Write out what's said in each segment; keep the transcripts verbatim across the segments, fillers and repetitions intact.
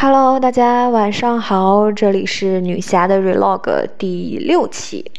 Hello，大家晚上好，这里是女侠的 Vlog 第六期。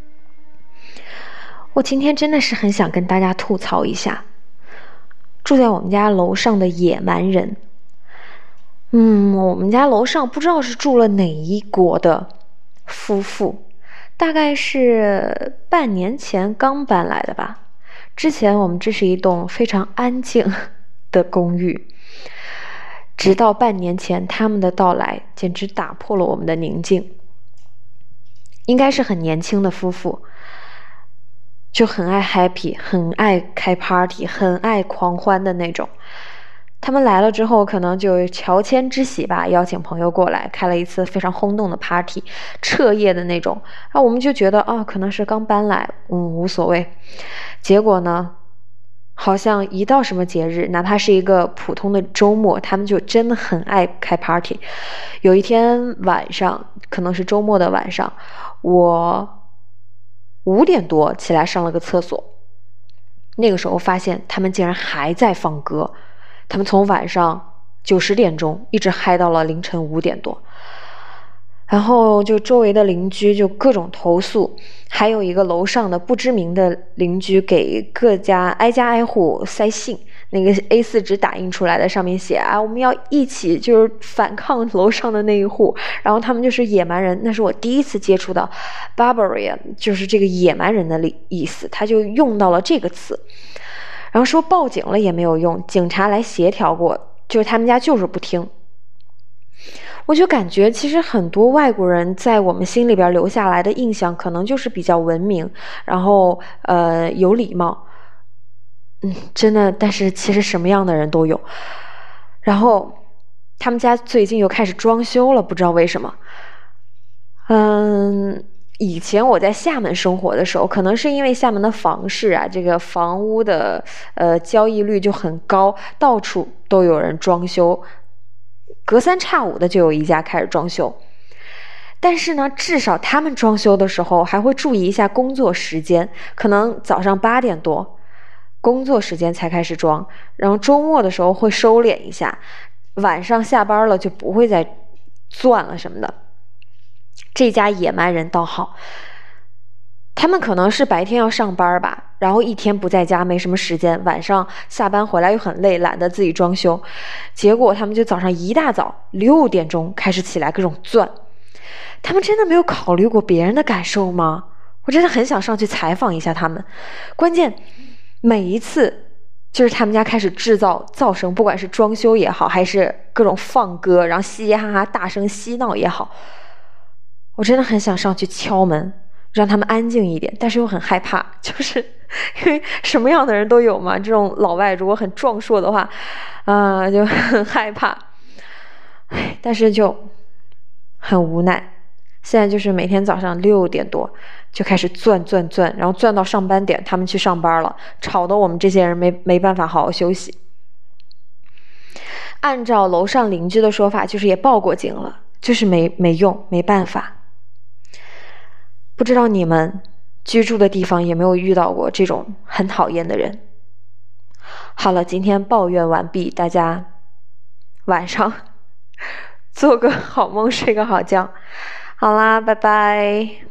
我今天真的是很想跟大家吐槽一下，住在我们家楼上的野蛮人。嗯，我们家楼上不知道是住了哪一国的夫妇，大概是半年前刚搬来的吧。之前我们这是一栋非常安静的公寓。直到半年前，他们的到来简直打破了我们的宁静。应该是很年轻的夫妇，就很爱 happy， 很爱开 party， 很爱狂欢的那种。他们来了之后，可能就乔迁之喜吧，邀请朋友过来，开了一次非常轰动的 party， 彻夜的那种。然后我们就觉得，哦，可能是刚搬来，嗯，无所谓。结果呢？好像一到什么节日，哪怕是一个普通的周末，他们就真的很爱开 party。有一天晚上，可能是周末的晚上，我五点多起来上了个厕所，那个时候发现他们竟然还在放歌，他们从晚上九十点钟一直嗨到了凌晨五点多。然后就周围的邻居就各种投诉，还有一个楼上的不知名的邻居给各家挨家挨户塞信，那个 A 四 纸打印出来的，上面写啊，我们要一起就是反抗楼上的那一户，然后他们就是野蛮人。那是我第一次接触到 barbarian， 就是这个野蛮人的意思，他就用到了这个词。然后说报警了也没有用，警察来协调过，就是他们家就是不听。我就感觉其实很多外国人在我们心里边留下来的印象可能就是比较文明，然后呃有礼貌，嗯，真的，但是其实什么样的人都有。然后他们家最近又开始装修了，不知道为什么。嗯，以前我在厦门生活的时候，可能是因为厦门的房市啊，这个房屋的呃交易率就很高，到处都有人装修。隔三差五的就有一家开始装修，但是呢，至少他们装修的时候还会注意一下工作时间，可能早上八点多工作时间才开始装，然后周末的时候会收敛一下，晚上下班了就不会再钻了什么的。这家野蛮人倒好，他们可能是白天要上班吧，然后一天不在家，没什么时间，晚上下班回来又很累，懒得自己装修，结果他们就早上一大早六点钟开始起来各种钻。他们真的没有考虑过别人的感受吗？我真的很想上去采访一下他们。关键每一次就是他们家开始制造噪声，不管是装修也好，还是各种放歌，然后嘻嘻哈哈大声嬉闹也好，我真的很想上去敲门让他们安静一点，但是又很害怕，就是因为什么样的人都有嘛。这种老外如果很壮硕的话，啊、呃，就很害怕。唉，但是就很无奈。现在就是每天早上六点多就开始钻钻钻，然后钻到上班点，他们去上班了，吵得我们这些人没没办法好好休息。按照楼上邻居的说法，就是也报过警了，就是没没用，没办法。不知道你们居住的地方有没有遇到过这种很讨厌的人？好了，今天抱怨完毕，大家晚上做个好梦，睡个好觉。好啦，拜拜。